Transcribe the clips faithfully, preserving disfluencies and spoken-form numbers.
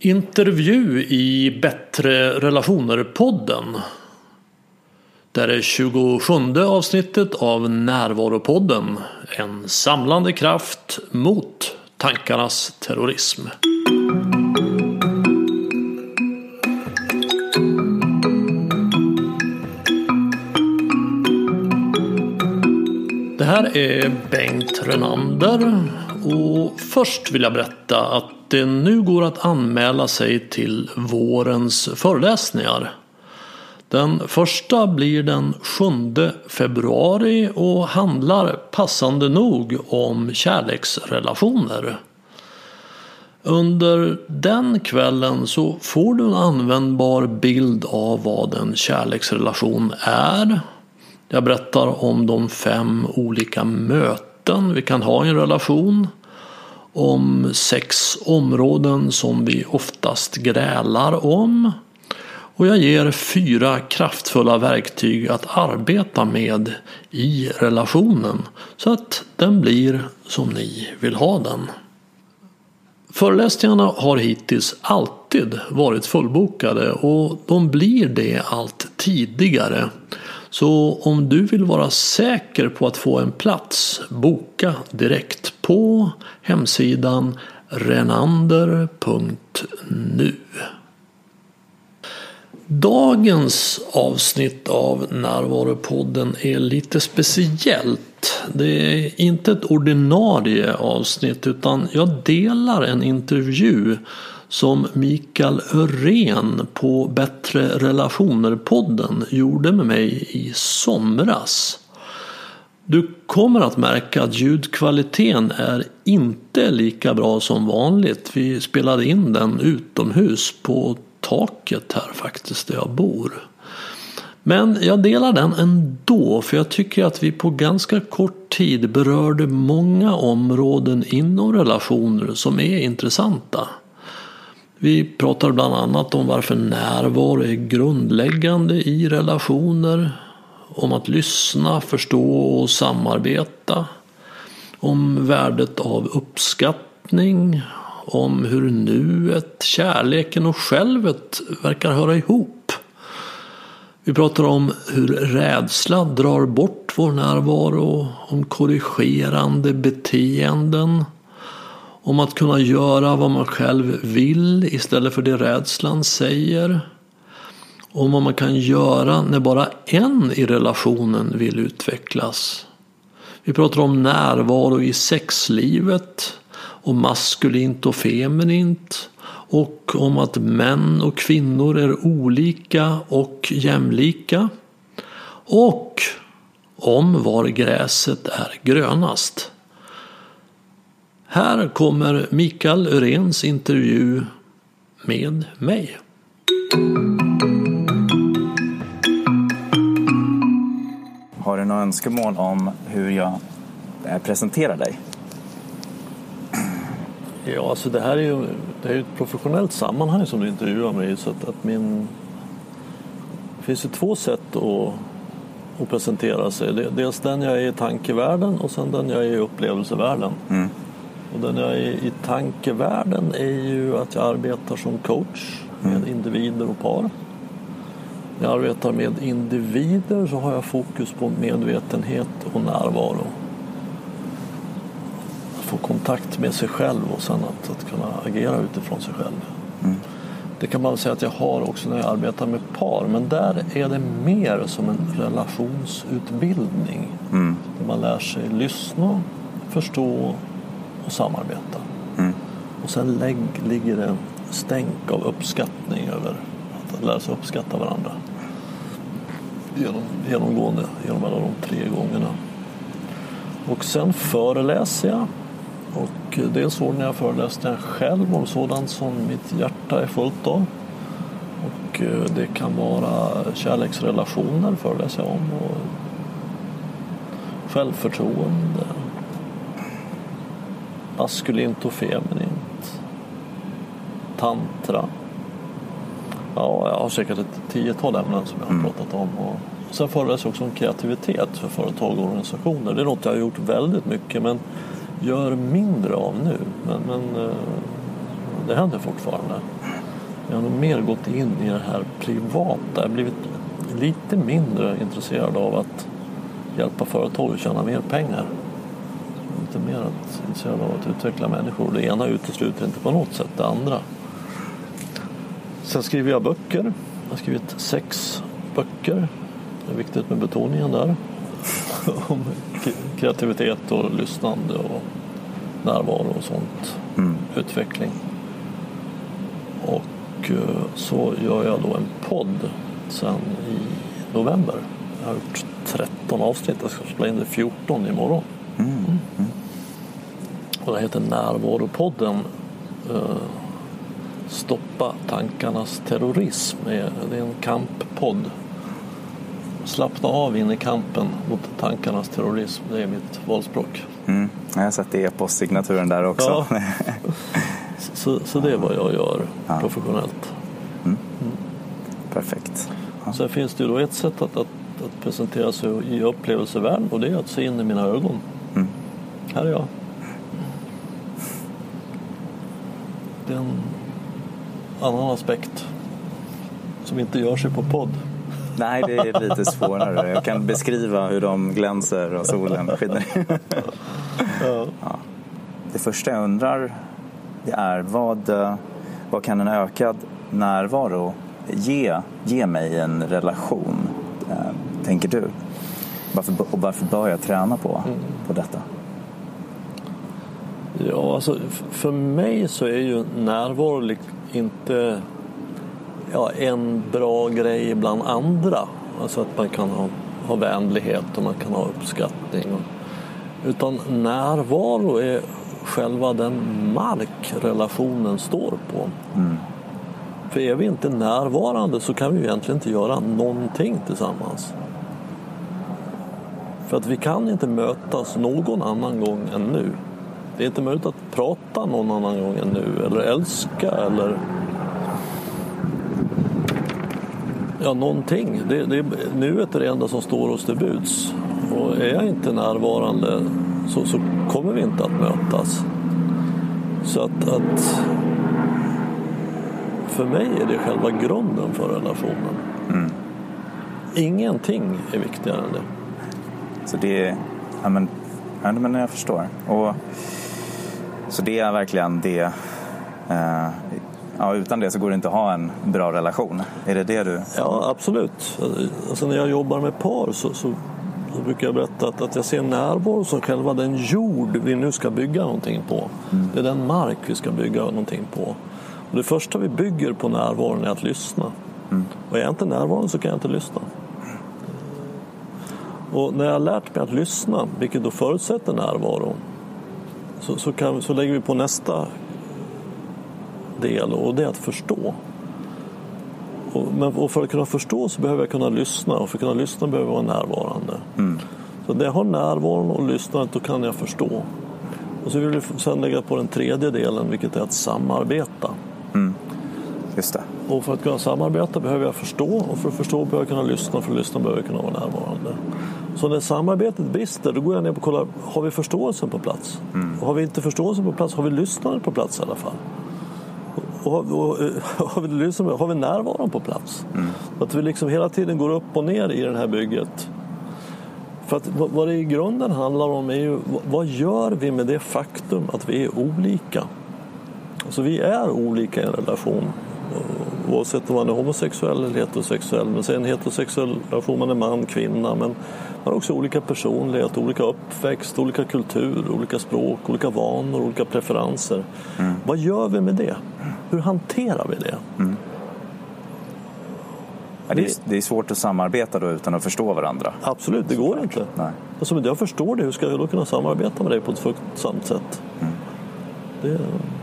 Intervju i Bättre relationer-podden. Det är det tjugosjunde avsnittet av Närvaropodden. En samlande kraft mot tankarnas terrorism. Det här är Bengt Renander och först vill jag berätta att det nu går att anmäla sig till vårens föreläsningar. Den första blir den sjunde februari och handlar passande nog om kärleksrelationer. Under den kvällen så får du en användbar bild av vad en kärleksrelation är. Jag berättar om de fem olika möten vi kan ha i en relation. Om sex områden som vi oftast grälar om. Och jag ger fyra kraftfulla verktyg att arbeta med i relationen så att den blir som ni vill ha den. Föreläsningarna har hittills alltid varit fullbokade och de blir det allt tidigare. Så om du vill vara säker på att få en plats, boka direkt på hemsidan renander punkt nu. Dagens avsnitt av Närvaropodden är lite speciellt. Det är inte ett ordinarie avsnitt utan jag delar en intervju som Mikael Örén på Bättre relationer-podden gjorde med mig i somras. Du kommer att märka att ljudkvaliteten är inte lika bra som vanligt. Vi spelade in den utomhus på taket här faktiskt där jag bor. Men jag delar den ändå för jag tycker att vi på ganska kort tid berörde många områden inom relationer som är intressanta. Vi pratar bland annat om varför närvaro är grundläggande i relationer, om att lyssna, förstå och samarbeta, om värdet av uppskattning, om hur nuet, kärleken och självet verkar höra ihop. Vi pratar om hur rädsla drar bort vår närvaro, om korrigerande beteenden, om att kunna göra vad man själv vill istället för det rädslan säger. Om vad man kan göra när bara en i relationen vill utvecklas. Vi pratar om närvaro i sexlivet, om maskulint och feminint och om att män och kvinnor är olika och jämlika. Och om var gräset är grönast. Här kommer Mikael Öréns intervju med mig. Har du några önskemål om hur jag presenterar dig? Ja, alltså det här är ju det är ett professionellt sammanhang som du intervjuar mig i. Så att, att min... Det finns ju två sätt att, att presentera sig. Dels den jag är i tankevärlden och sen den jag är i upplevelsevärlden. Mm. Och den jag är i tankevärlden är ju att jag arbetar som coach med mm. individer och par. När jag arbetar med individer så har jag fokus på medvetenhet och närvaro. Att få kontakt med sig själv och sen att, att kunna agera utifrån sig själv. Mm. Det kan man säga att jag har också när jag arbetar med par. Men där är det mer som en relationsutbildning. Mm. Där man lär sig lyssna, förstå och samarbeta. Mm. Och sen lägg, ligger det en stänk av uppskattning över att lära sig uppskatta varandra. Genom, genomgående, genom alla de tre gångerna. Och sen föreläser jag. Och dels ordnar jag föreläsningar själv om sådant som mitt hjärta är fullt av. Och det kan vara kärleksrelationer föreläser jag om. Och självförtroende. Maskulint och feminint. Tantra. Ja, jag har säkert ett tiotal ämnen som jag har mm. pratat om. Och sen föreläser jag också om kreativitet för företag och organisationer. Det är något jag har gjort väldigt mycket men gör mindre av nu. Men, men det händer fortfarande. Jag har nog mer gått in i det här privata. Jag har blivit lite mindre intresserad av att hjälpa företag att tjäna mer pengar. Lite mer att, intresserad av att utveckla människor. Det ena utesluter inte på något sätt det andra. Sen skriver jag böcker. Jag har skrivit sex böcker. Det är viktigt med betoningen där. Om kreativitet och lyssnande och närvaro och sånt. Mm. Utveckling. Och så gör jag då en podd sen i november. Jag har gjort tretton avsnitt. Jag ska spela in det fjorton imorgon. Mm. Mm. Och det heter Närvaropodden. Stoppa tankarnas terrorism. Det är en kamppodd. Slappna av in i kampen mot tankarnas terrorism. Det är mitt valspråk. Mm. Jag har sett det på signaturen där också. Ja. så, så det är vad jag gör ja. professionellt. Mm. Mm. Perfekt. Ja. Sen finns det ju då ett sätt att, att, att presentera sig i upplevelsevärlden. Och det är att se in i mina ögon. Mm. Här är jag. Det är en annan aspekt som inte gör sig på podd. Nej, det är lite svårare. Jag kan beskriva hur de glänser och solen skiner. Ja. Ja. Det första jag undrar det är vad, vad kan en ökad närvaro ge, ge mig en relation, tänker du? Varför, och varför bör jag träna på, mm. på detta? Ja, alltså för mig så är ju närvaro inte ja, en bra grej bland andra. Alltså att man kan ha, ha vänlighet och man kan ha uppskattning. Utan närvaro är själva den mark relationen står på. Mm. För är vi inte närvarande så kan vi egentligen inte göra någonting tillsammans. För att vi kan inte mötas någon annan gång än nu. Det är inte möjligt att prata någon annan gång än nu. Eller älska eller ja, någonting. Det, det, nuet är det enda som står oss till buds. Och är jag inte närvarande så, så kommer vi inte att mötas. Så att, att för mig är det själva grunden för relationen. Mm. Ingenting är viktigare än det. Så det är, ja men, ja, men jag förstår. Och, så det är verkligen det, eh, ja, utan det så går det inte att ha en bra relation. Är det det du? Ja, absolut. Alltså när jag jobbar med par så, så, så brukar jag berätta att, att jag ser närvaro som själva den jord vi nu ska bygga någonting på. Mm. Det är den mark vi ska bygga någonting på. Och det första vi bygger på närvaron är att lyssna. Mm. Och är jag inte närvarande så kan jag inte lyssna. Och när jag har lärt mig att lyssna, vilket då förutsätter närvaro, så, så, kan, så lägger vi på nästa del och det är att förstå. Och, men, och för att kunna förstå så behöver jag kunna lyssna, och för att kunna lyssna behöver jag vara närvarande. Mm. Så när jag har närvaron och lyssnandet, då kan jag förstå. Och så vill vi sedan lägga på den tredje delen, vilket är att samarbeta. Mm. Just det. Och för att kunna samarbeta behöver jag förstå, och för att förstå behöver jag kunna lyssna, och för att lyssna behöver jag kunna vara närvarande. Så när samarbetet brister, då går jag ner och kollar, har vi förståelsen på plats? Mm. Och har vi inte förståelsen på plats, har vi lyssnandet på plats i alla fall? Och har, och, har, vi, lyssnandet, har vi närvaron på plats? Mm. Att vi liksom hela tiden går upp och ner i det här bygget. För att vad det i grunden handlar om är ju, vad gör vi med det faktum att vi är olika? Alltså vi är olika i en relation. Oavsett om man är homosexuell eller heterosexuell. Men sen en heterosexuell relation, man är man, kvinna. Men man har också olika personlighet, olika uppväxt, olika kultur, olika språk, olika vanor, olika preferenser. Mm. Vad gör vi med det? Hur hanterar vi det? Mm. Ja, det, är, det är svårt att samarbeta då utan att förstå varandra. Absolut, det går inte. Nej. Alltså, men jag förstår det, hur ska jag då kunna samarbeta med dig på ett fruktsamt sätt? Mm. Det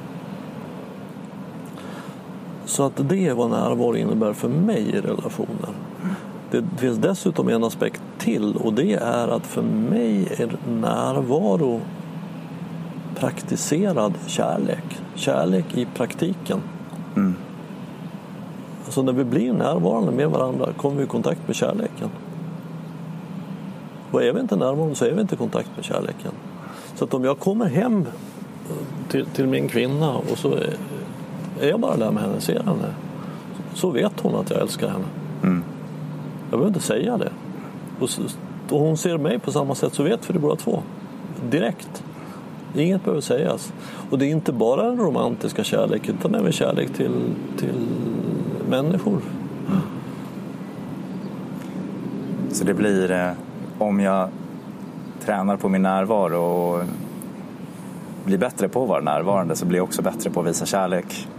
Så att det är vad närvaro innebär för mig i relationer. Det finns dessutom en aspekt till, och det är att för mig är närvaro praktiserad kärlek. Kärlek i praktiken. Mm. Alltså när vi blir närvarande med varandra kommer vi i kontakt med kärleken. Och är vi inte närvarande så är vi inte i kontakt med kärleken. Så att om jag kommer hem till, till min kvinna och så är är jag bara där med henne, ser henne, så vet hon att jag älskar henne. Mm. Jag behöver inte säga det. Och, och hon ser mig på samma sätt, så vet vi det båda två. Direkt. Inget behöver sägas. Och det är inte bara den romantiska kärleken, utan även kärlek till, till människor. Mm. Så det blir, eh, om jag tränar på min närvaro och blir bättre på att vara närvarande, så blir jag också bättre på att visa kärlek.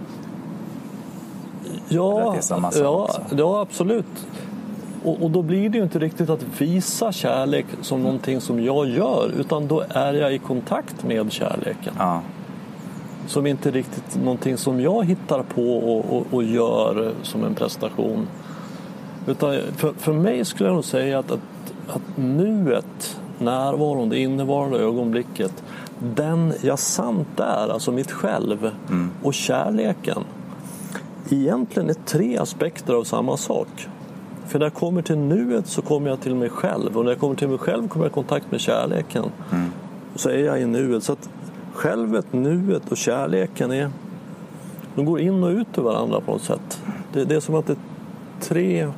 Ja, ja, ja, absolut. Och, och då blir det ju inte riktigt att visa kärlek som någonting som jag gör, utan då är jag i kontakt med kärleken. Ja. Som inte riktigt någonting som jag hittar på och, och, och gör som en prestation. Utan för, för mig skulle jag nog säga att, att, att nuet, närvaron, det innevarande ögonblicket, den jag sant är, alltså mitt själv, mm. och kärleken, egentligen är tre aspekter av samma sak. För när jag kommer till nuet så kommer jag till mig själv. Och när jag kommer till mig själv kommer jag i kontakt med kärleken. Mm. Och så är jag i nuet. Så att självet, nuet och kärleken är, de går in och ut ur varandra på något sätt. Det, det är som att det är tre,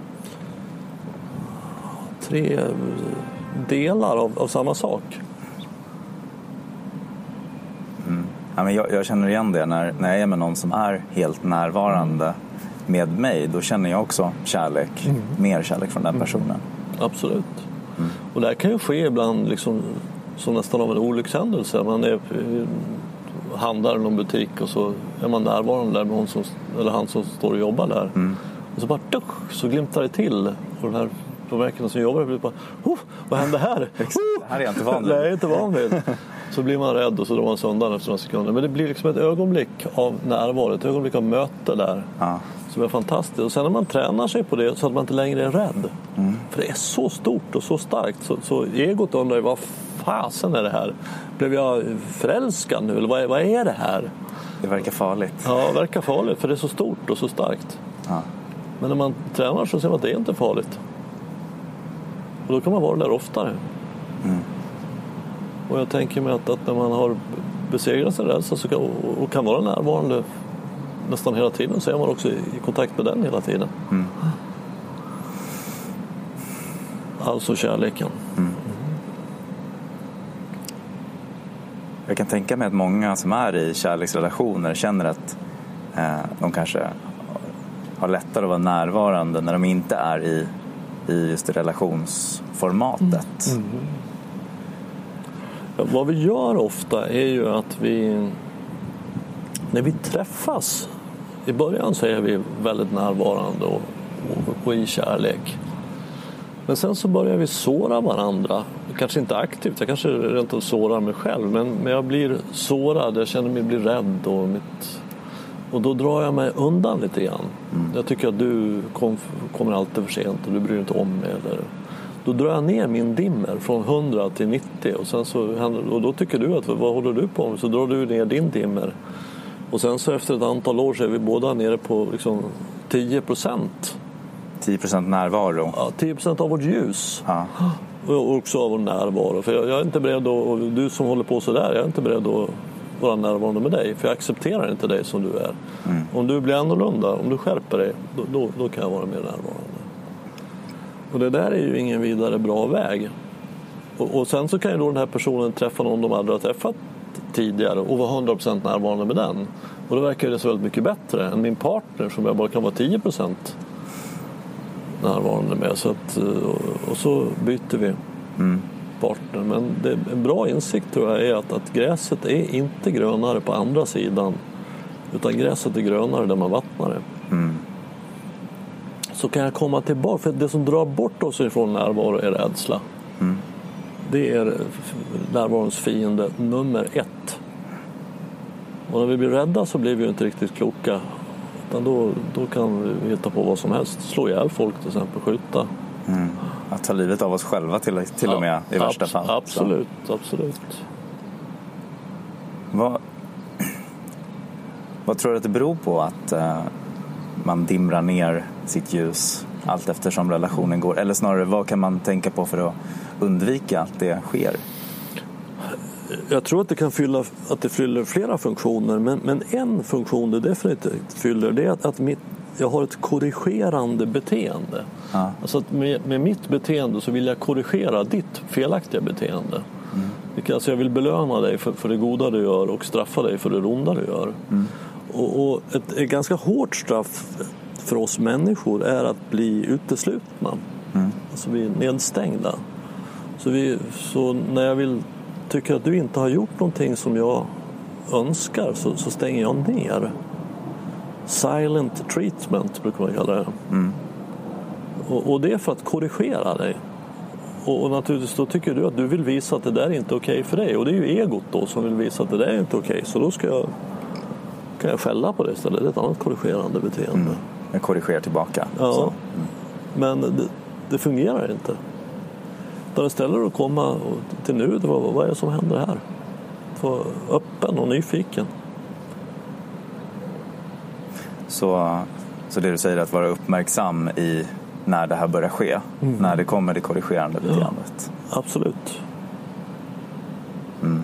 tre delar av, av samma sak. Mm. Ja, men jag, jag känner igen det när, när jag är med någon som är helt närvarande med mig, då känner jag också kärlek, mm. mer kärlek från den personen. Mm. Absolut. Mm. Och det här kan ju ske ibland liksom, som nästan av en olyckshändelse. Man är, handlar i någon butik och så är man närvarande där med hon som, eller han som står och jobbar där. Mm. Och så bara tusch, så glimtar det till. Och den här påverkan som jobbar blir bara, oh, vad hände här? Det här är jag inte van vid. Nej, inte van vid. Så blir man rädd och så drar man sig undan efter några sekunder. Men det blir liksom ett ögonblick av närvaro, ett ögonblick av möte där. Ja. Som är fantastiskt. Och sen när man tränar sig på det så att man inte längre är rädd. Mm. För det är så stort och så starkt. Så, så egot undrar ju, vad fasen är det här? Blev jag förälskad nu? Eller vad är, vad är det här? Det verkar farligt. Ja, det verkar farligt. För det är så stort och så starkt. Ja. Men när man tränar så ser man att det är inte farligt. Och då kan man vara där oftare. Mm. Och jag tänker mig att, att när man har besegrat sin rädsla så kan, och, och kan vara närvarande nästan hela tiden, så är man också i kontakt med den hela tiden. Mm. Alltså kärleken. Mm. Jag kan tänka mig att många som är i kärleksrelationer känner att eh, de kanske har lättare att vara närvarande när de inte är i, i just relationsformatet. Mm. Mm. Ja, vad vi gör ofta är ju att vi, när vi träffas, i början så är vi väldigt närvarande och, och, och i kärlek. Men sen så börjar vi såra varandra. Kanske inte aktivt, jag kanske rent och sårar mig själv. Men, men jag blir sårad, jag känner mig bli rädd. Och, mitt, och då drar jag mig undan lite grann. Mm. Jag tycker att du kom, kommer alltid för sent och du bryr inte om mig. Eller, då drar jag ner min dimmer från hundra till nittio. Och, sen så händer, och då tycker du att, vad håller du på med? Så drar du ner din dimmer. Och sen så efter ett antal år så är vi båda nere på liksom tio procent. tio procent närvaro. Ja, tio procent av vårt ljus. Ja. Och också av vår närvaro. För jag, jag är inte beredd att, och du som håller på så där, jag är inte beredd att vara närvarande med dig. För jag accepterar inte dig som du är. Mm. Om du blir annorlunda, om du skärper dig, då, då, då kan jag vara mer närvarande. Och det där är ju ingen vidare bra väg. Och, och sen så kan ju då den här personen träffa någon de aldrig har träffat tidigare och vara hundra procent närvarande med den. Och då verkar det så väldigt mycket bättre än min partner som jag bara kan vara tio procent närvarande med. Så att, och så byter vi mm. partner. Men det, en bra insikt tror jag är att, att gräset är inte grönare på andra sidan, utan gräset är grönare där man vattnar det. Mm. Så kan jag komma tillbaka, för det som drar bort oss ifrån närvaro är rädsla. Mm. Det är närvarons fiende nummer ett. Och när vi blir rädda så blir vi ju inte riktigt kloka. Utan då, då kan vi hitta på vad som helst. Slå ihjäl folk till exempel, skjuta. Mm. Att ta livet av oss själva till, till och med i värsta abs- fall. Absolut, så. absolut. Vad, vad tror du att det beror på att uh, man dimrar ner sitt ljus allt eftersom relationen går? Eller snarare, vad kan man tänka på för att undvika att det sker? Jag tror att det kan fylla, att det fyller flera funktioner, men, men en funktion det definitivt fyller, det är att, att mitt, jag har ett korrigerande beteende. Ja. Alltså att med, med mitt beteende så vill jag korrigera ditt felaktiga beteende. Mm. Alltså jag vill belöna dig för, för det goda du gör och straffa dig för det onda du gör. Mm. Och, och ett, ett ganska hårt straff för oss människor är att bli uteslutna. Mm. Alltså vi är nedstängda. Så, vi, så när jag vill tycker att du inte har gjort någonting som jag önskar så, så stänger jag ner. Silent treatment brukar man kalla det. Mm. Och, och det är för att korrigera dig. Och, och naturligtvis då tycker du att du vill visa att det där är inte okej för dig. Och det är ju egot då som vill visa att det där är inte okej. Så då ska jag, kan jag skälla på det istället. Det är ett annat korrigerande beteende. Mm. Jag korrigerar tillbaka. Ja, så. Men det, det fungerar inte. Utan istället att komma till nu, vad, vad är det som händer här? Få öppen och nyfiken. Så, så det du säger är att vara uppmärksam i när det här börjar ske. Mm. När det kommer det korrigerande beteendet. Ja, absolut. Mm.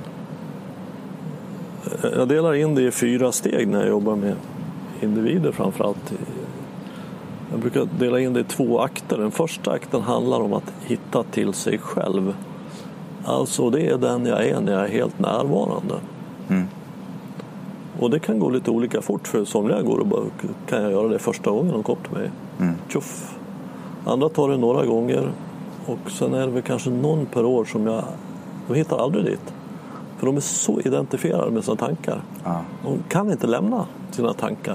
Jag delar in det i fyra steg när jag jobbar med individer framförallt. Jag brukar dela in det i två akter. Den första akten handlar om att hitta till sig själv. Alltså det är den jag är när jag är helt närvarande. Mm. Och det kan gå lite olika fort. För somliga går och bara, kan jag göra det första gången de kommer till mig. Mm. Tjuff. Andra tar det några gånger. Och sen är det väl kanske någon per år som jag... De hittar aldrig dit. För de är så identifierade med sina tankar. Ah. De kan inte lämna sina tankar.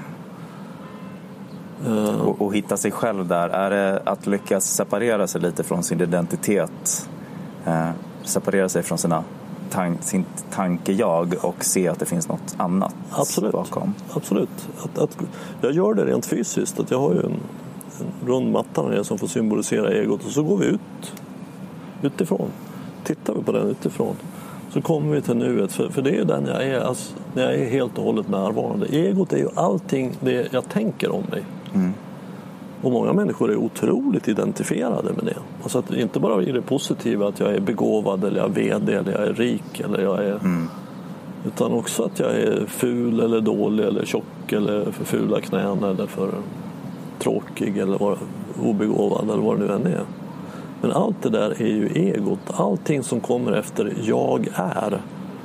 Och, och hitta sig själv där, är det att lyckas separera sig lite från sin identitet, eh, separera sig från sina tank, sin tankejag och se att det finns något annat absolut, bakom? Absolut. Att, att, jag gör det rent fysiskt, att jag har ju en, en rund matta som får symbolisera egot och så går vi ut utifrån, tittar vi på den utifrån så kommer vi till nuet, för, för det är ju den jag är, alltså, när jag är helt och hållet närvarande. Egot är ju allting det jag tänker om mig. Mm. Och många människor är otroligt identifierade med det. Alltså att inte bara i det positiva att jag är begåvad eller jag är vd eller jag är rik eller jag är mm. utan också att jag är ful eller dålig eller tjock eller för fula knän eller för tråkig eller var, obegåvad eller vad det nu än är. Men allt det där är ju egot. Allting som kommer efter jag är.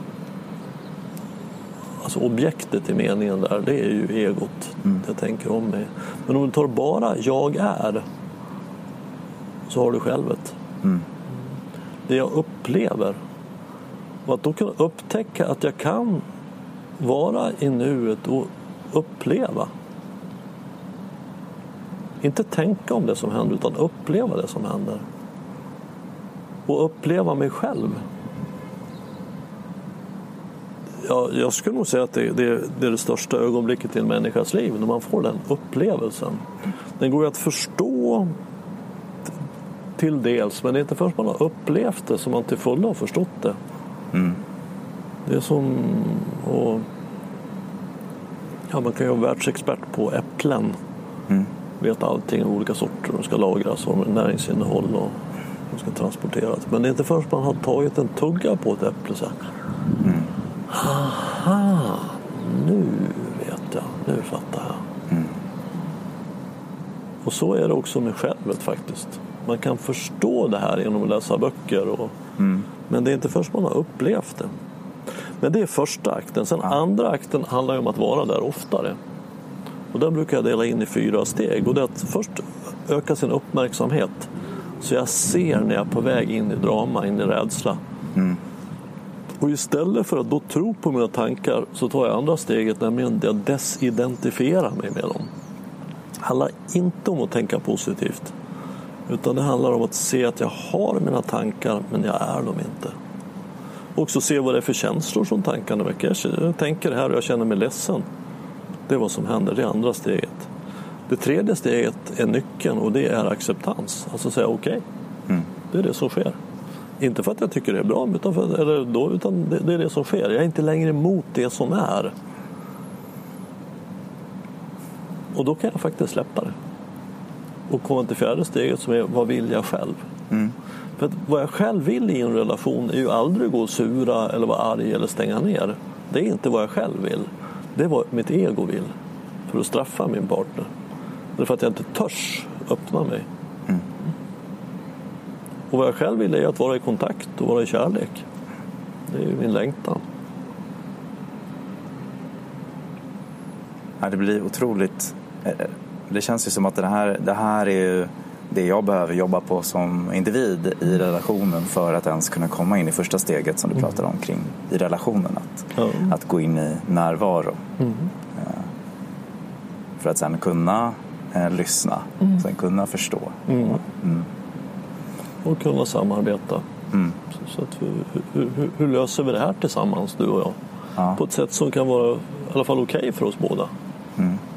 Alltså objektet i meningen där, det är ju egot. Mm. Jag tänker om mig. Men om du tar bara jag är så har du självet. Mm. Det jag upplever. Och att då kunna upptäcka att jag kan vara i nuet och uppleva. Inte tänka om det som händer utan uppleva det som händer. Och uppleva mig själv. Ja, jag skulle nog säga att det, det, det är det största ögonblicket i en människas liv. När man får den upplevelsen. Den går ju att förstå till dels. Men det är inte först man har upplevt det som man till fullo har förstått det. Mm. Det är som... Och, ja, man kan ju vara världsexpert på äpplen. Mm. Vet allting om olika sorter. De ska lagras och näringsinnehåll och de ska transporteras. Men det är inte först man har tagit en tugga på ett äpple så här. Mm. Aha, nu vet jag, nu fattar jag. Mm. Och så är det också med självet faktiskt. Man kan förstå det här genom att läsa böcker. Och, mm. Men det är inte först man har upplevt det. Men det är första akten. Sen ja. Andra akten handlar ju om att vara där oftare. Och den brukar jag dela in i fyra steg. Och det är att först öka sin uppmärksamhet. Så jag ser när jag är på väg in i drama, in i rädsla. Mm. Och istället för att då tro på mina tankar så tar jag andra steget, nämligen att jag desidentifierar mig med dem. Det handlar inte om att tänka positivt. Utan det handlar om att se att jag har mina tankar men jag är dem inte. Och också se vad det är för känslor som tankarna väcker. Jag tänker här och jag känner mig ledsen. Det är vad som händer, det är andra steget. Det tredje steget är nyckeln och det är acceptans. Alltså säga okej, okay, mm. det är det som sker. Inte för att jag tycker det är bra utan, för, eller då, utan det, det är det som sker. Jag är inte längre emot det som är. Och då kan jag faktiskt släppa det. Och komma till fjärde steget som är vad vill jag själv. Mm. För att vad jag själv vill i en relation är ju aldrig gå och sura eller vara arg eller stänga ner. Det är inte vad jag själv vill. Det är vad mitt ego vill. För att straffa min partner. Det är för att jag inte törs öppna mig. Mm. Och vad jag själv vill är att vara i kontakt och vara i kärlek. Det är ju min längtan. Ja, det blir otroligt. Det känns ju som att det här, det här är ju det jag behöver jobba på som individ i relationen för att ens kunna komma in i första steget som du pratar om kring i relationen. Att, mm. att gå in i närvaro. Mm. För att sen kunna eh, lyssna. Mm. Sen kunna förstå. Mm. Mm. Och kunna samarbeta. Mm. Så, så att, hur, hur, hur löser vi det här tillsammans, du och jag? Ja. På ett sätt som kan vara i alla fall okej okay för oss båda. Mm. Mm.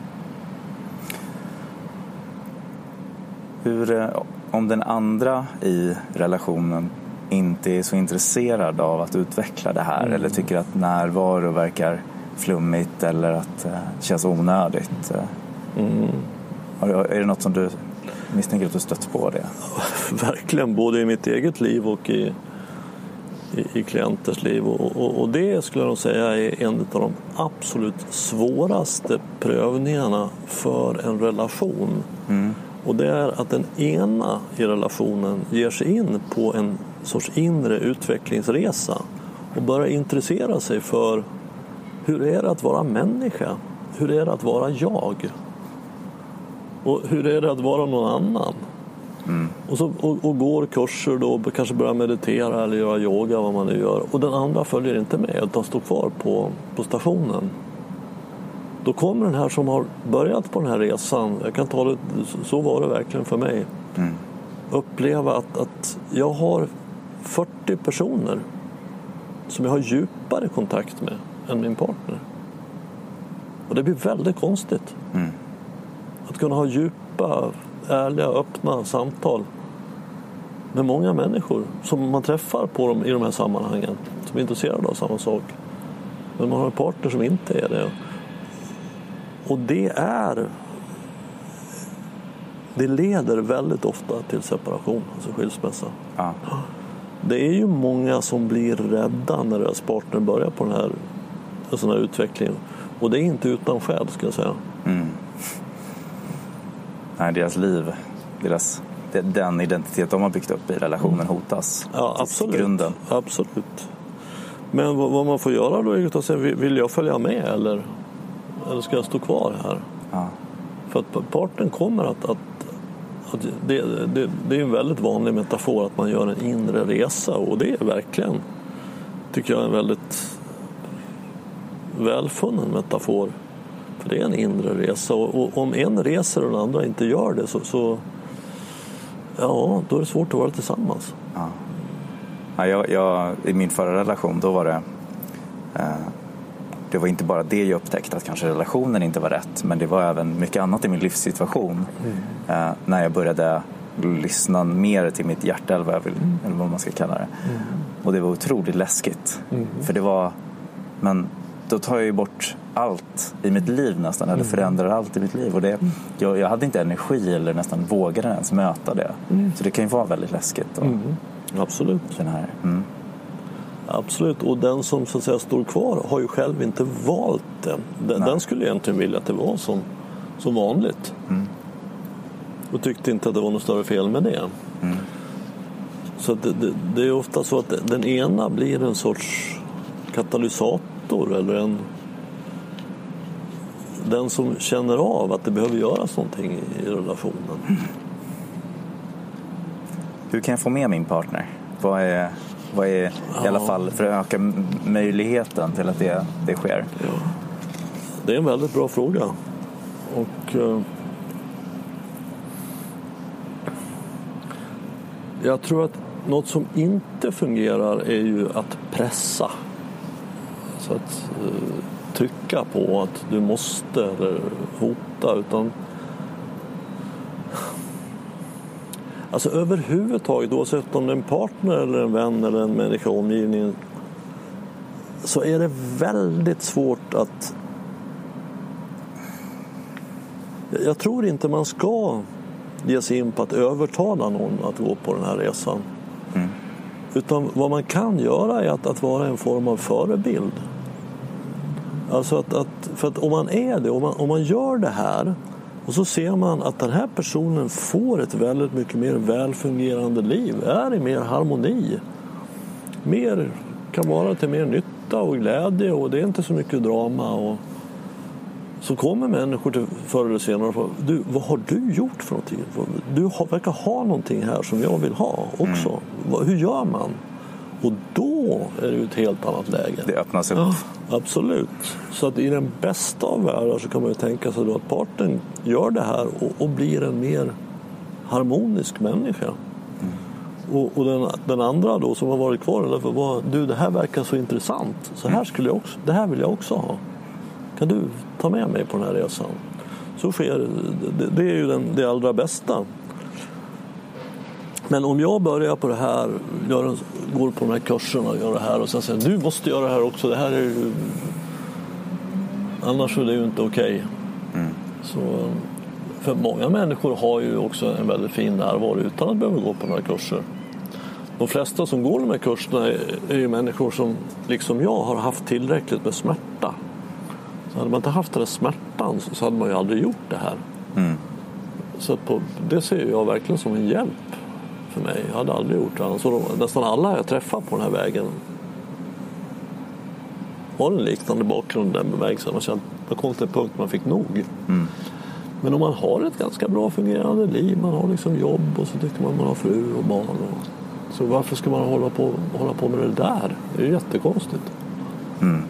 Hur, om den andra i relationen inte är så intresserad av att utveckla det här mm. eller tycker att närvaro verkar flummigt eller att det känns onödigt. Mm. Är det något som du misstänker att du stött på det? Verkligen, både i mitt eget liv och i, i, i klienters liv. Och, och, och det skulle jag nog säga är en av de absolut svåraste prövningarna för en relation. Mm. Och det är att den ena i relationen ger sig in på en sorts inre utvecklingsresa och börjar intressera sig för hur är det att vara människa? Hur är det att vara jag? Och hur är det att vara någon annan? Mm. Och, så, och, och går kurser då, kanske börjar meditera eller göra yoga, vad man nu gör. Och den andra följer inte med utan står kvar på, på stationen. Då kommer den här som har börjat på den här resan, jag kan ta det, så var det verkligen för mig. Mm. Uppleva att, att jag har fyrtio personer som jag har djupare kontakt med än min partner. Och det blir väldigt konstigt. Mm. Att kunna ha djupa, ärliga, öppna samtal med många människor som man träffar på dem i de här sammanhangen, som är intresserade av samma sak. Men man har en partner som inte är det. Och det är det leder väldigt ofta till separation, alltså skilsmässa. Ja. Det är ju många som blir rädda när deras partner börjar på den här, en sån här utveckling. Och det är inte utan skäl, ska jag säga. Mm. Nej, deras liv, deras, den identitet de har byggt upp i relationen hotas. Ja, absolut. Grunden. Absolut. Men vad, vad man får göra då är att säga, vill jag följa med eller, eller ska jag stå kvar här? Ja. För att partnern kommer att, att, att det, det, det är en väldigt vanlig metafor att man gör en inre resa, och det är verkligen, tycker jag, en väldigt välfunnen metafor. För det är en inre resa, och, och om en reser och den andra inte gör det så, så ja, då är det svårt att vara tillsammans. Ja. Ja, jag, jag, i min förra relation då var det eh, det var inte bara det jag upptäckte, att kanske relationen inte var rätt, men det var även mycket annat i min livssituation. Mm. Eh, när jag började lyssna mer till mitt hjärta, eller vad, jag vill, mm. eller vad man ska kalla det. Mm. Och det var otroligt läskigt. Mm. För det var, men då tar jag ju bort allt i mitt liv nästan, eller förändrar allt i mitt liv. Och det, jag, jag hade inte energi eller nästan vågade ens möta det. Mm. Så det kan ju vara väldigt läskigt. Och, mm. Absolut. Den här, mm. Absolut, och den som så att säga står kvar har ju själv inte valt den. Den, den skulle egentligen vilja att det var som, som vanligt. Mm. Och tyckte inte att det var något större fel med det. Mm. Så det, det, det är ofta så att den ena blir en sorts katalysator, eller en den som känner av att det behöver göras någonting i relationen. Mm. Hur kan jag få med min partner? Vad är, vad är ja. i alla fall för att öka möjligheten till att det, det sker? Ja. Det är en väldigt bra fråga. Och uh, jag tror att något som inte fungerar är ju att pressa. Så att uh, trycka på att du måste eller hota, utan alltså överhuvudtaget, oavsett om det är en partner eller en vän eller en människa i omgivningen, så är det väldigt svårt att, jag tror inte man ska ge sig in på att övertala någon att gå på den här resan. Mm. Utan vad man kan göra är att, att vara en form av förebild. Alltså att, att, för att om man är det, om man, om man gör det här och så ser man att den här personen får ett väldigt mycket mer välfungerande liv, är i mer harmoni, mer, kan vara till mer nytta och glädje, och det är inte så mycket drama, och så kommer människor till förr eller senare och frågar, du, vad har du gjort för någonting? Du har, verkar ha någonting här som jag vill ha också. Mm. Hur gör man? Och då är det ju ett helt annat läge. Det öppnas upp. Ja, absolut. Så att i den bästa av världar så kan man ju tänka sig då att parten gör det här och, och blir en mer harmonisk människa. Mm. Och, och den, den andra då som har varit kvar, därför var, du, det här verkar så intressant. Så här skulle jag också, det här vill jag också ha. Kan du ta med mig på den här resan? Så sker det, det är ju den, det allra bästa. Men om jag börjar på det här, gör, går på de här kurserna och gör det här och sen säger du måste göra det här också, det här är ju, annars är det ju inte okej. Okay. Mm. Så, för många människor har ju också en väldigt fin närvaro utan att behöva gå på några kurser. De flesta som går de här kurserna är, är ju människor som liksom jag har haft tillräckligt med smärta. Så hade man inte haft den här smärtan så hade man ju aldrig gjort det här. Mm. Så på, det ser jag verkligen som en hjälp för mig. Jag hade aldrig gjort det. Så nästan alla jag träffat på den här vägen har en liknande bakgrund där med väg. Så man kände att det kom till en punkt man fick nog. Mm. Men om man har ett ganska bra fungerande liv, man har liksom jobb och så tycker man man har fru och barn. Och, så varför ska man hålla på, hålla på med det där? Det är ju jättekonstigt. Mm.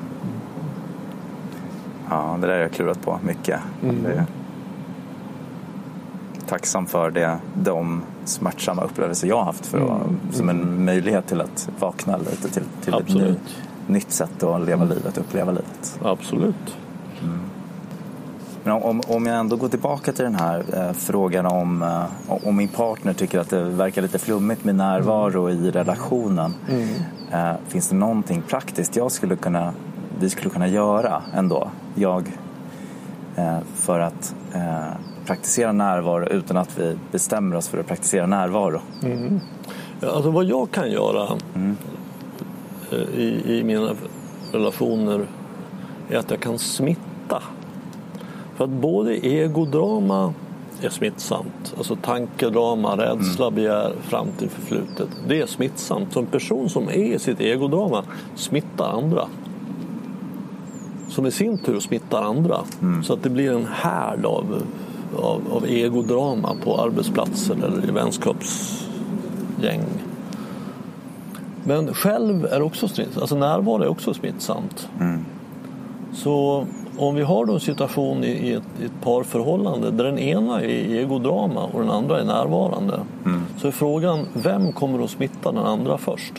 Ja, det där har jag klurat på mycket. Mm. Det är tacksam för det, de smärtsamma upplevelser jag har haft för att, mm. som en möjlighet till att vakna lite till, till ett ny, nytt sätt att leva livet, uppleva livet. Absolut. Mm. Men om, om jag ändå går tillbaka till den här eh, frågan om, eh, om min partner tycker att det verkar lite flummigt med närvaro mm. i relationen. Mm. Eh, finns det någonting praktiskt jag skulle kunna vi skulle kunna göra ändå, jag, eh, för att eh, praktisera närvaro utan att vi bestämmer oss för att praktisera närvaro? Mm. Alltså vad jag kan göra mm. i, i mina relationer är att jag kan smitta. För att både egodrama är smittsamt, alltså tankedrama, rädsla, mm. begär, framtid, förflutet, det är smittsamt. Så en person som är i sitt egodrama smittar andra, som i sin tur smittar andra. Mm. Så att det blir en härd av, av, av egodrama på arbetsplatser eller i vänskapsgäng. Men själv är också smittsamt. Alltså närvaro är också smittsamt. Mm. Så om vi har då en situation i, i, ett, i ett parförhållande där den ena är i egodrama och den andra är närvarande, mm. så är frågan, vem kommer att smitta den andra först?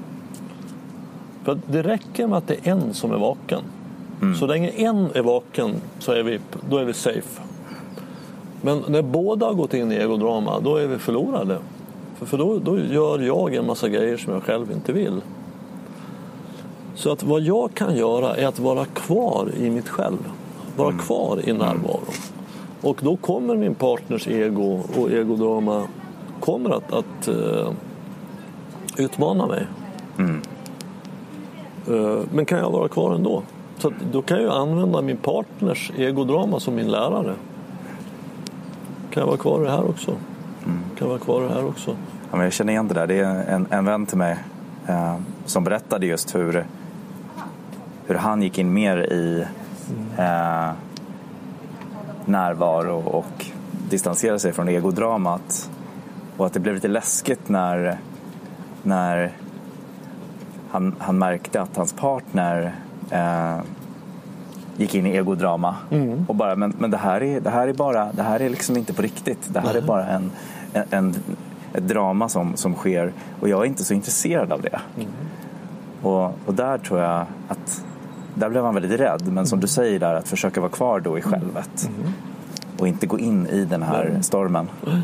För det räcker med att det är en som är vaken. Mm. Så länge en är vaken så är vi, då är vi safe. Men när båda har gått in i egodrama, då är vi förlorade. För, för då, då gör jag en massa grejer som jag själv inte vill. Så att vad jag kan göra är att vara kvar i mitt själv. Vara mm. kvar i närvaro. Och då kommer min partners ego och egodrama kommer att, att uh, utmana mig. Mm. Uh, men kan jag vara kvar ändå? Så då kan jag använda min partners egodrama som min lärare. Kan jag vara kvar i det här också? Mm. Kan jag vara kvar i det här också? Ja, men jag känner igen det där. Det är en, en vän till mig eh, som berättade just hur, hur han gick in mer i eh, närvaro och distanserade sig från egodramat. Och att det blev lite läskigt när, när han, han märkte att hans partner Eh, gick in i egodrama mm. och bara, men, men det här är det här är bara det här är liksom inte på riktigt. Det här mm. är bara en, en, en ett drama som, som sker och jag är inte så intresserad av det. Mm. Och, och där tror jag att där blev han väldigt rädd, men som du säger där, att försöka vara kvar då i självet mm. och inte gå in i den här mm. stormen. Mm.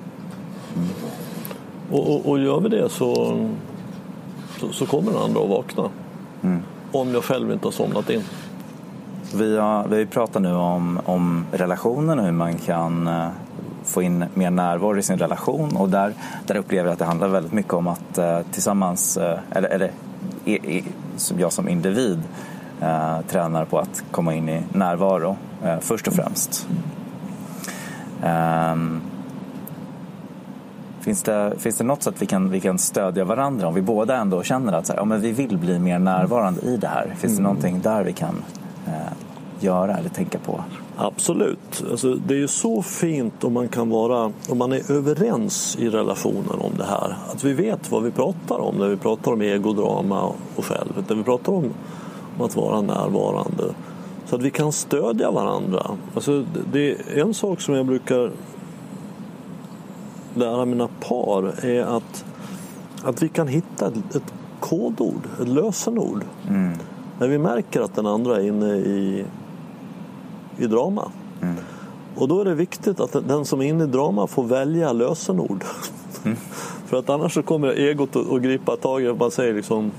Och, och, och gör vi det så, så, så kommer den andra att vakna. Mm. Om jag själv inte har somnat in. Vi har, vi pratar nu om, om relationen och hur man kan få in mer närvaro i sin relation. Och där, där upplever jag att det handlar väldigt mycket om att eh, tillsammans, eh, eller, eller e, e, som jag som individ eh, tränar på att komma in i närvaro eh, först och främst. Um, finns, det, finns det något sätt vi kan, vi kan stödja varandra om vi båda ändå känner att så här, ja, men vi vill bli mer närvarande i det här? Finns mm. det någonting där vi kan eh, göra eller tänka på? Absolut. Alltså, det är ju så fint om man kan vara, om man är överens i relationen om det här. Att vi vet vad vi pratar om när vi pratar om egodrama och själv. När vi pratar om, om att vara närvarande. Så att vi kan stödja varandra. Alltså, det är en sak som jag brukar lära mina par är att, att vi kan hitta ett, ett kodord, ett lösenord. Mm. När vi märker att den andra är inne i, i drama. Mm. Och då är det viktigt att den som är inne i drama får välja lösenord. Mm. För att annars så kommer egot att, att gripa tag i. Man säger liksom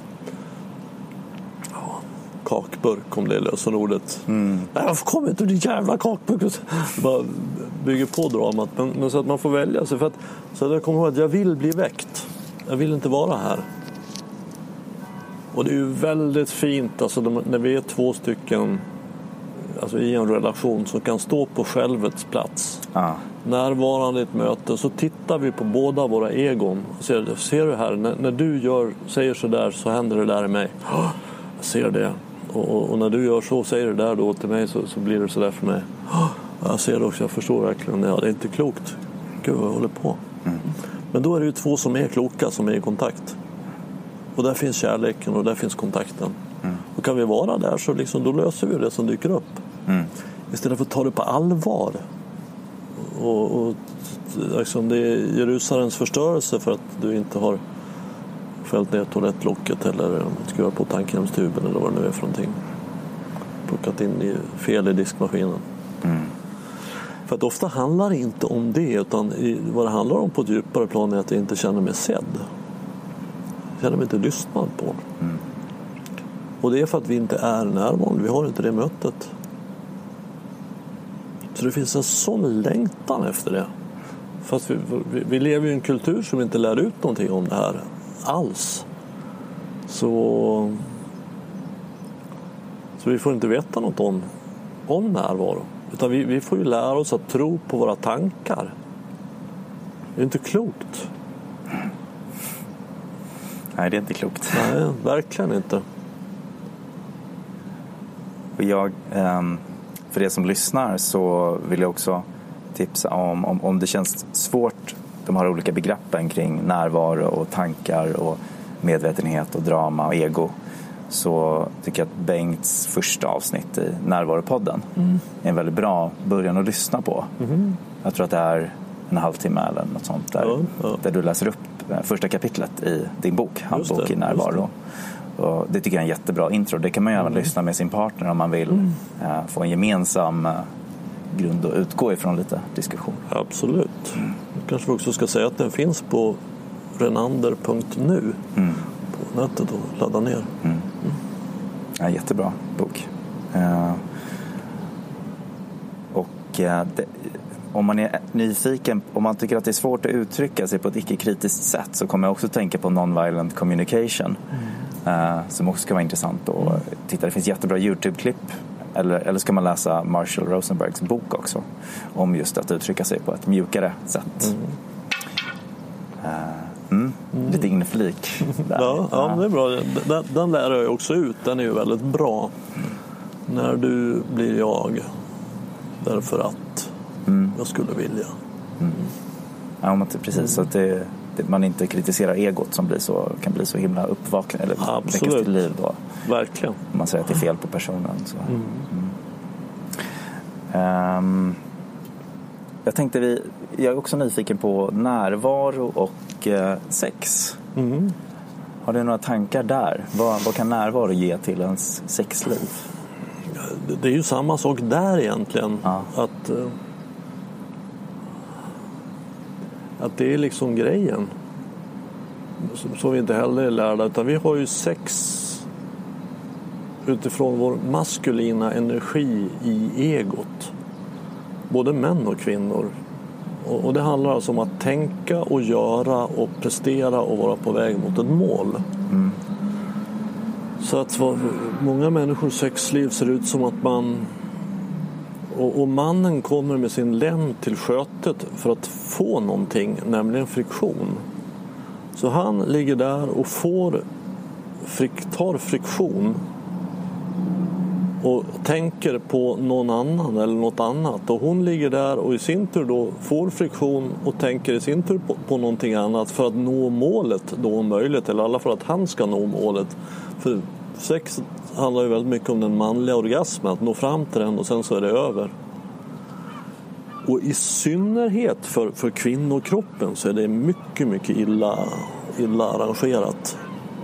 kakburk om det är lösenordet. Mm. Nej, varför kommer inte du jävla kakburk? Bara bygger på dramat. Men, men så att man får välja sig. För att, så att jag kommer ihåg att jag vill bli väckt. Jag vill inte vara här. Och det är ju väldigt fint alltså, när vi är två stycken alltså, i en relation som kan stå på självets plats. Ah. Närvarande i ett möte. Så tittar vi på båda våra egon. Ser, ser du här, när, när du gör, säger så där så händer det där i mig. Oh, jag ser det. Och, och när du gör så, säger det där då till mig så, så blir det så där för mig. Oh, jag ser det också, jag förstår verkligen. Ja, det är inte klokt. Gud, vad jag håller på. Mm. Men då är det ju två som är kloka som är i kontakt. Och där finns kärleken och där finns kontakten. Mm. Och kan vi vara där så liksom, då löser vi det som dyker upp. Mm. Istället för att ta det på allvar. Och, och liksom, det är Jerusalems förstörelse för att du inte har fällt ner toalettlocket eller skruvat på tandkrämstuben eller vad det nu är för någonting. Plockat in i fel i diskmaskinen. Mm. För att ofta handlar det inte om det, utan i, vad det handlar om på ett djupare plan är att jag inte känner mig sedd. Jag känner mig inte lyssnad på. Mm. Och det är för att vi inte är närvarande. Vi har inte det mötet. Så det finns en sån längtan efter det. Fast vi, vi, vi lever i en kultur som inte lär ut någonting om det här alls. Så, så vi får inte veta något om, om närvaro. Utan vi, vi får ju lära oss att tro på våra tankar. Det är inte klokt. Nej, det är inte klokt. Nej, verkligen inte. Och jag, för er som lyssnar så vill jag också tipsa om, om, om det känns svårt, de har olika begreppen kring närvaro och tankar och medvetenhet och drama och ego, så tycker jag att Bengts första avsnitt i Närvaropodden mm. är en väldigt bra början att lyssna på. Mm. Jag tror att det är en halvtimme eller något sånt där, ja, ja. där du läser upp första kapitlet i din bok, Handbok i närvaro. Det. Och det tycker jag är en jättebra intro. Det kan man ju även mm. lyssna med sin partner om man vill mm. uh, få en gemensam uh, grund att utgå ifrån lite diskussion. Absolut. Mm. Kanske vi också ska säga att den finns på renander punkt nu mm. på nätet och ladda ner. Mm. Mm. Ja, jättebra bok. Uh, och uh, det, om man är nyfiken, om man tycker att det är svårt att uttrycka sig på ett icke-kritiskt sätt, så kommer jag också tänka på non-violent communication mm. uh, som också ska vara intressant att mm. titta. Det finns jättebra YouTube-klipp, eller, eller ska man läsa Marshall Rosenbergs bok också om just att uttrycka sig på ett mjukare sätt. Mm. Uh, mm. Mm. Lite inflik där. Ja, ja, det är bra. Den, den lär jag också ut. Den är ju väldigt bra. Mm. När du blir jag därför att mm. jag skulle vilja. Mm. Ja, men precis. Mm. Så att det, det, man inte kritiserar egot som blir så, kan bli så himla uppvaknande eller väckas till liv då. Verkligen. Om man säger att det är fel på personen. Så. Mm. Mm. Um, jag tänkte vi, jag är också nyfiken på närvaro och uh, sex. Mm. Har du några tankar där? Vad, vad kan närvaro ge till ens sexliv? Det är ju samma sak där egentligen. Ja. Att, att det är liksom grejen. Som vi inte heller är lärda. Utan vi har ju sex utifrån vår maskulina energi i egot. Både män och kvinnor. Och, och det handlar alltså om att tänka och göra och prestera och vara på väg mot ett mål. Mm. Så att vad, många människors sexliv ser ut som att man... Och, och mannen kommer med sin lem till skötet för att få någonting, nämligen friktion. Så han ligger där och får, frik, tar friktion och tänker på någon annan eller något annat. Och hon ligger där och i sin tur då får friktion och tänker i sin tur på, på någonting annat för att nå målet då om möjligt. Eller i alla fall att han ska nå målet. För sex handlar ju väldigt mycket om den manliga orgasmen. Att nå fram till den och sen så är det över. Och i synnerhet för, för kvinnokroppen så är det mycket, mycket illa, illa arrangerat.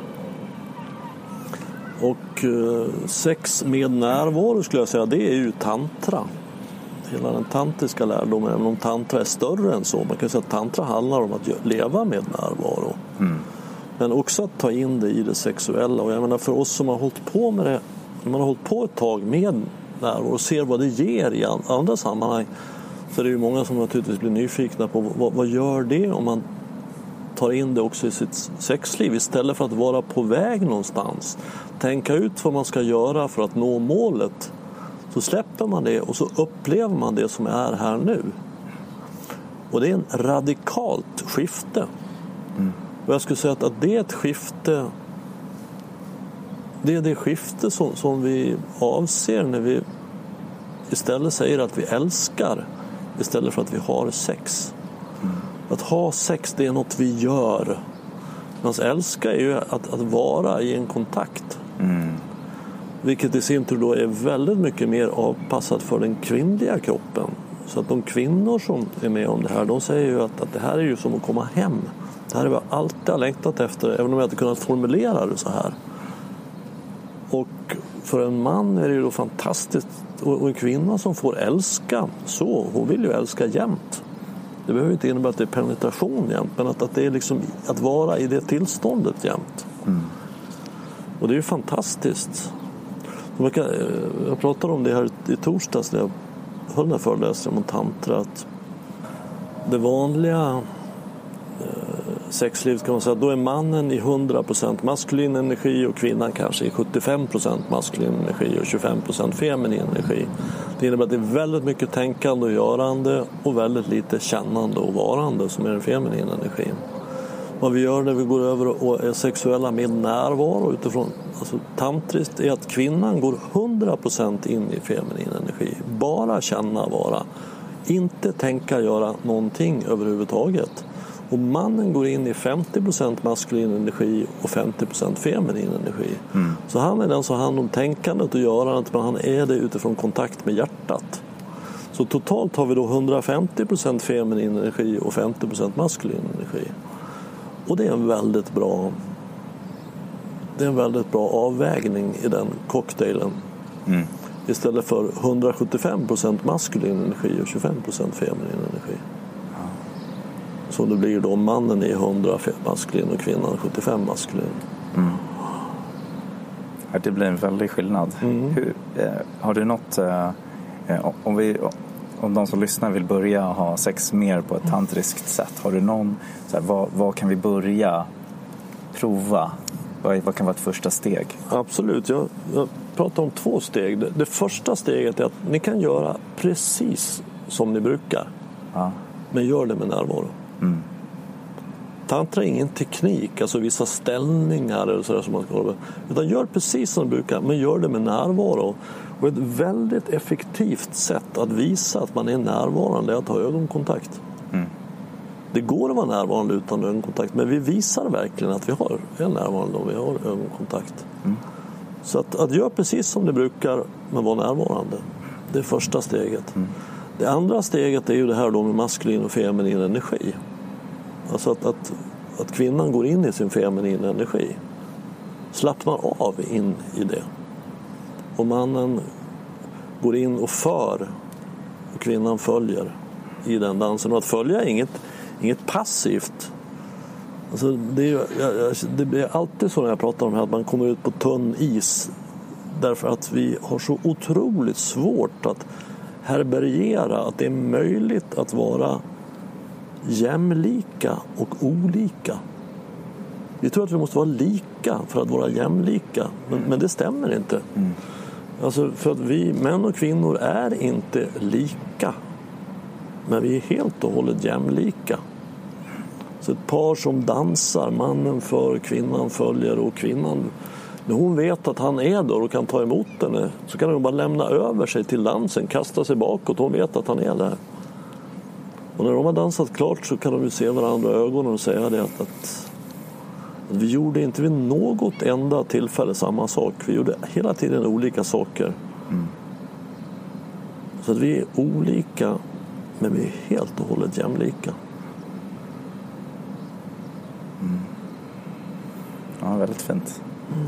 Och eh, sex med närvaro skulle jag säga, det är ju tantra. Hela den tantriska lärdomen, även om tantra är större än så. Man kan säga att tantra handlar om att leva med närvaro. Mm. Men också att ta in det i det sexuella. Och jag menar för oss som har hållit på med det, man har hållit på ett tag med närvaro och ser vad det ger i andra sammanhang. Så det är ju många som naturligtvis blir nyfikna på vad, vad gör det om man tar in det också i sitt sexliv istället för att vara på väg någonstans. Tänka ut vad man ska göra för att nå målet. Så släpper man det och så upplever man det som är här nu. Och det är en radikalt skifte. Mm. Och jag skulle säga att, att det är ett skifte. Det är det skifte som, som vi avser när vi istället säger att vi älskar istället för att vi har sex. Mm. Att ha sex, det är något vi gör. Men att älska är ju att, att vara i en kontakt. Mm. Vilket i sin tur då är väldigt mycket mer avpassat för den kvinnliga kroppen. Så att de kvinnor som är med om det här, de säger ju att, att det här är ju som att komma hem. Det här är vad jag alltid har längtat efter, även om jag inte kunnat formulera det så här. Och för en man är det ju då fantastiskt. Och en kvinna som får älska så, hon vill ju älska jämt. Det behöver inte innebära att det är penetration jämt, men att, att det är liksom att vara i det tillståndet jämt. Mm. Och det är ju fantastiskt. Jag pratade om det här i torsdags när jag höll den här föreläsningen om tantra. Att det vanliga sexlivet kan man säga att då är mannen i hundra procent maskulin energi och kvinnan kanske i sjuttiofem procent maskulin energi och tjugofem procent feminin energi. Det innebär att det är väldigt mycket tänkande och görande och väldigt lite kännande och varande som är den feminina energin. Vad vi gör när vi går över och är sexuella med närvaro utifrån alltså tantriskt är att kvinnan går hundra procent in i feminin energi. Bara känna, vara. Inte tänka, göra någonting överhuvudtaget. Och mannen går in i femtio procent maskulin energi och femtio procent feminin energi. Mm. Så han är den som har hand om tänkandet och görandet, men han är det utifrån kontakt med hjärtat. Så totalt har vi då hundrafemtio procent feminin energi och femtio procent maskulin energi. Och det är en väldigt bra det är en väldigt bra avvägning i den cocktailen. Mm. Istället för hundrasjuttiofem procent maskulin energi och tjugofem procent feminin energi. Så det blir då mannen är hundra maskulin och kvinnan sjuttiofem maskulin. Mm. Det blir en väldig skillnad. Mm. Hur, eh, har du något eh, om, vi, om de som lyssnar vill börja ha sex mer på ett tantriskt sätt, har du någon så här, vad, vad kan vi börja prova? Vad, vad kan vara ett första steg? Absolut, jag, jag pratar om två steg. Det, det första steget är att ni kan göra precis som ni brukar. Ja. Men gör det med närvaro. Mm. Tantra är ingen teknik, alltså vissa ställningar eller sådär som man ska hålla med. Utan gör precis som du brukar, men gör det med närvaro. Och ett väldigt effektivt sätt att visa att man är närvarande är att ha ögonkontakt. Mm. Det går att vara närvarande utan ögonkontakt, men vi visar verkligen att vi har är närvarande om vi har ögonkontakt. Mm. Så att, att göra precis som du brukar, men vara närvarande. Det är första steget. Mm. Det andra steget är ju det här då med maskulin och feminin energi. Alltså att, att, att kvinnan går in i sin feminin energi. Slappnar av in i det. Och mannen går in och för. Och kvinnan följer i den dansen. Och att följa är inget, inget passivt. Alltså det, är, det blir alltid så när jag pratar om det här, att man kommer ut på tunn is. Därför att vi har så otroligt svårt att härbärgera att det är möjligt att vara jämlika och olika. Vi tror att vi måste vara lika för att vara jämlika, men, men det stämmer inte. Mm. Alltså för att vi män och kvinnor är inte lika, men vi är helt och hållet jämlika. Så ett par som dansar, mannen för, kvinnan följer, och kvinnan, när hon vet att han är där och kan ta emot henne, så kan hon bara lämna över sig till dansen, kasta sig bakåt, hon vet att han är där. Och när de har dansat klart så kan de ju se varandra i ögonen och säga det att, att, att vi gjorde inte vid något enda tillfälle samma sak. Vi gjorde hela tiden olika saker. Mm. Så att vi är olika, men vi är helt och hållet jämlika. Mm. Ja, väldigt fint. Mm.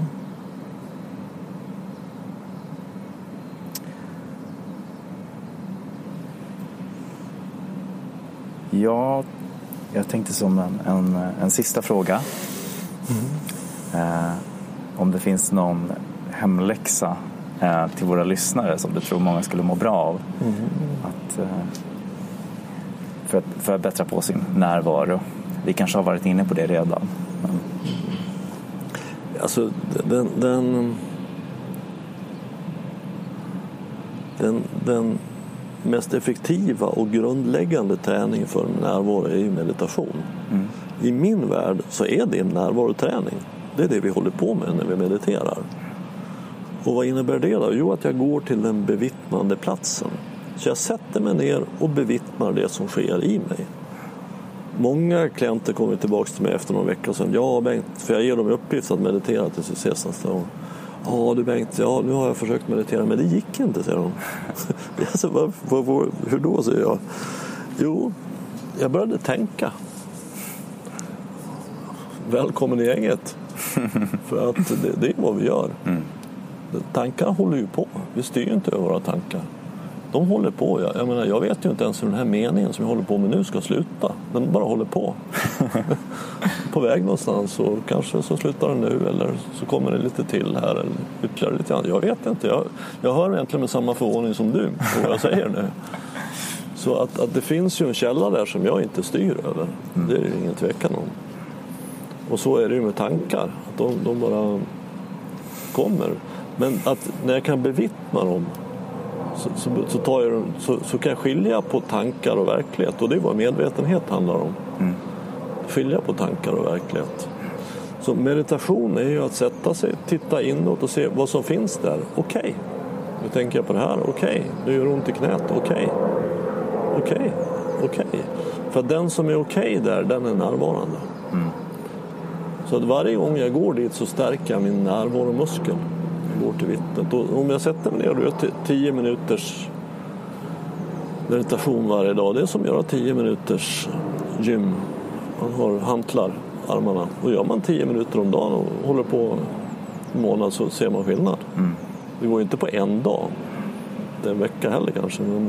Ja, jag tänkte som en, en, en sista fråga. Mm. Eh, om det finns någon hemläxa eh, till våra lyssnare som du tror många skulle må bra av. Mm. Att, eh, för, att, för att bättra på sin närvaro. Vi kanske har varit inne på det redan. Men... Alltså, den... den, den, den mest effektiva och grundläggande träning för närvaro är ju meditation. Mm. I min värld så är det en närvaroträning. Det är det vi håller på med när vi mediterar. Och vad innebär det då? Jo, att jag går till den bevittnande platsen. Så jag sätter mig ner och bevittnar det som sker i mig. Många klienter kommer tillbaka till mig efter någon vecka och säger, ja Bengt, för jag ger dem uppgift att meditera tills vi ses nästa gång. Ja du Bengt, ja nu har jag försökt meditera men det gick inte, säger de. Alltså, vad, vad, vad, hur då, säger jag. Jo, jag började tänka. Välkommen i gänget. För att det, det är vad vi gör. Mm. Tankar håller ju på. Vi styr ju inte över våra tankar. De håller på. Jag, jag menar, jag vet ju inte ens hur den här meningen som jag håller på med nu ska sluta. Den bara håller på. På väg någonstans, och kanske så slutar den nu, eller så kommer det lite till här eller ytterligare lite annat. Jag vet inte. Jag, jag hör egentligen med samma förvåning som du på vad jag säger nu. Så att, att det finns ju en källa där som jag inte styr över. Mm. Det är det ingen tvekan om. Och så är det ju med tankar. Att de, de bara kommer. Men att när jag kan bevittna dem så, så, så, tar jag, så, så kan jag skilja på tankar och verklighet. Och det är vad medvetenhet handlar om. Mm. Skilja på tankar och verklighet. Så meditation är ju att sätta sig, titta inåt och se vad som finns där. Okej, okay. Nu tänker jag på det här. Okej, okay. Nu gör ont i knät. Okej, okay. okej, okay. okej. Okay. För den som är okej okay där, den är närvarande. Mm. Så att varje gång jag går dit så stärker jag min närvaromuskel. Jag går till vittnet. Och om jag sätter mig ner och gör tio minuters meditation varje dag, det är som att göra tio minuters gym. Man har hantlar armarna. Och gör man tio minuter om dagen och håller på en månad så ser man skillnad. Mm. Det går inte på en dag. Det är en vecka heller kanske. Men...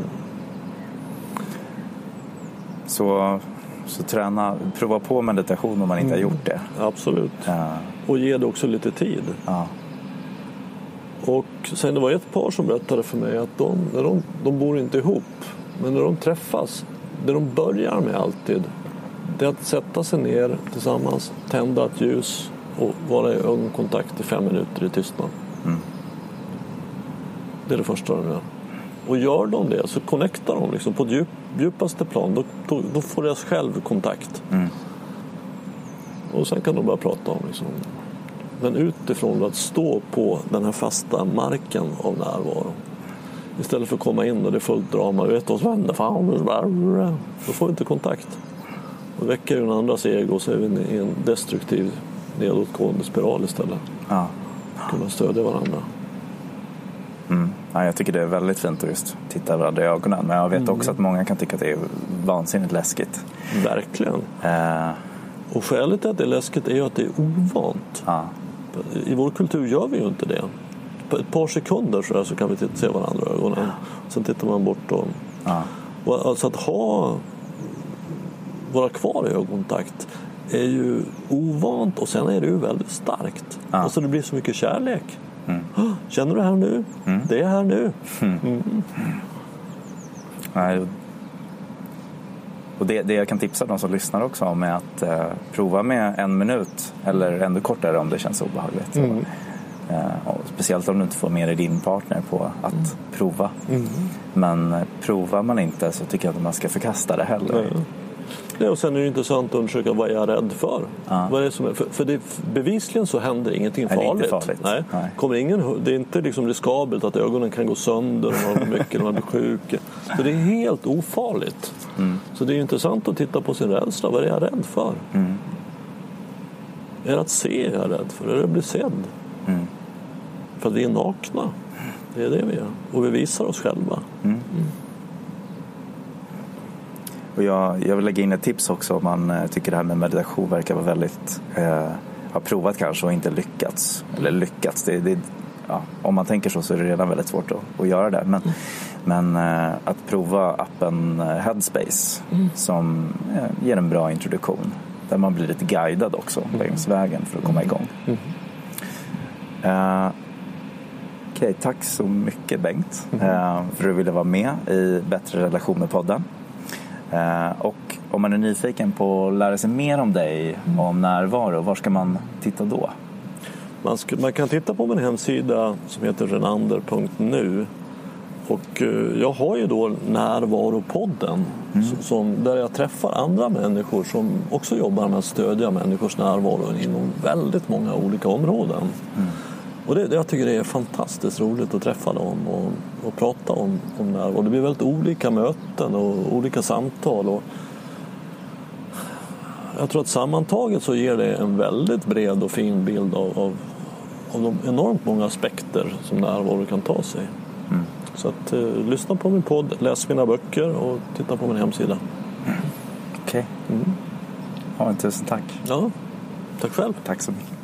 Så, så träna, prova på meditation om man inte mm. har gjort det. Absolut. Ja. Och ge det också lite tid. Ja. Och sen det var ett par som berättade för mig att de, när de, de bor inte ihop. Men när de träffas, det de börjar med alltid, det är att sätta sig ner tillsammans, tända ett ljus och vara i ögonkontakt i fem minuter i tystnad. Mm. Det är det första de gör. Och gör de det så connectar de liksom på ett djup, djupaste plan. Då, då, då får deras självkontakt. Mm. Och sen kan de börja prata om liksom. Men utifrån att stå på den här fasta marken av närvaro. Istället för att komma in och det är fullt drama. Du vet vad som händer. Då får vi inte kontakt. Och väcker ju den andras ego och så är vi i en destruktiv nedåtgående spiral istället. Ja. Kunna stödja varandra. Mm. Ja, jag tycker det är väldigt fint att just titta varandra i ögonen. Men jag vet mm. också att många kan tycka att det är vansinnigt läskigt. Verkligen. Eh. Och skälet till att det är läskigt är ju att det är ovant. Ja. I vår kultur gör vi ju inte det. På ett par sekunder så, där så kan vi titta, se varandra i ögonen. Sen tittar man bort. Och, ja. och alltså att ha vara kvar i ögonkontakt är ju ovant och sen är det ju väldigt starkt. Ja. Och så det blir så mycket kärlek. Mm. Känner du det här nu? Mm. Det är här nu. Mm. Mm. Nej. Och det, det jag kan tipsa de som lyssnar också om är att eh, prova med en minut eller ännu kortare om det känns obehagligt. Mm. Eh, och speciellt om du inte får med dig din partner på att mm. prova. Mm. Men eh, provar man inte så tycker jag att man ska förkasta det heller. Mm. Ja, och sen är det intressant att undersöka vad jag är rädd för. Ja. Vad är det som är, för, för det, bevisligen så händer ingenting farligt. Nej, det är inte farligt. Nej. Nej. Kommer ingen, det är inte liksom riskabelt att ögonen kan gå sönder om man blir mycket eller man blir sjuk. Så det är helt ofarligt. Mm. Så det är intressant att titta på sin rädsla. Vad är jag rädd för? Mm. Är det att se jag är rädd för? Är det att bli sedd? Mm. För att vi är nakna. Det är det vi är. Och vi visar oss själva. Mm. Mm. Och jag, jag vill lägga in ett tips också om man eh, tycker det här med meditation verkar vara väldigt eh, har provat kanske och inte lyckats eller lyckats det, det, ja, om man tänker så så är det redan väldigt svårt att, att göra det men, mm. men eh, att prova appen Headspace mm. som eh, ger en bra introduktion där man blir lite guidad också mm. längs vägen för att komma igång. Mm. Eh, Okej, okay, tack så mycket Bengt mm. eh, för att du ville vara med i Bättre relation med podden. Uh, och om man är nyfiken på att lära sig mer om dig och om närvaro, var ska man titta då? Man, ska, man kan titta på min hemsida som heter renander punkt nu och uh, jag har ju då Närvaropodden mm. som, där jag träffar andra människor som också jobbar med att stödja människors närvaro inom väldigt många olika områden. Mm. Och det, jag tycker det är fantastiskt roligt att träffa dem och, och prata om, om närvaro. Det blir väldigt olika möten och olika samtal. Och jag tror att sammantaget så ger det en väldigt bred och fin bild av, av, av de enormt många aspekter som närvaro kan ta sig. Mm. Så att eh, lyssna på min podd, läs mina böcker och titta på min hemsida. Mm. Okej. Okay. Mm. Ja, tusen tack. Ja, tack själv. Tack så mycket.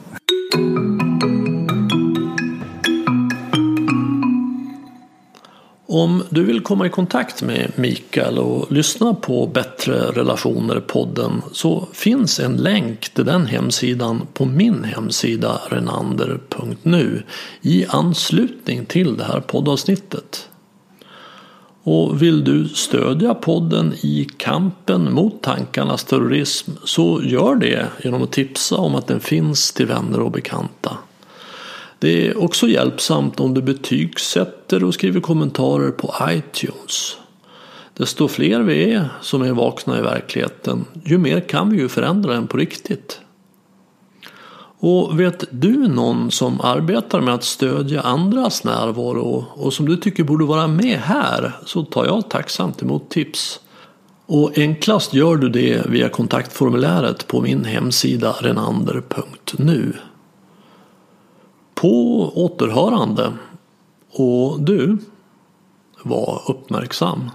Om du vill komma i kontakt med Mikael och lyssna på Bättre relationer-podden så finns en länk till den hemsidan på min hemsida renander punkt nu i anslutning till det här poddavsnittet. Och vill du stödja podden i kampen mot tankarnas terrorism så gör det genom att tipsa om att den finns till vänner och bekanta. Det är också hjälpsamt om du betygsätter och skriver kommentarer på iTunes. Desto fler vi är som är vakna i verkligheten, ju mer kan vi ju förändra den på riktigt. Och vet du någon som arbetar med att stödja andras närvaro och som du tycker borde vara med här så tar jag tacksamt emot tips. Och enklast gör du det via kontaktformuläret på min hemsida renander punkt nu. På återhörande och du, var uppmärksam.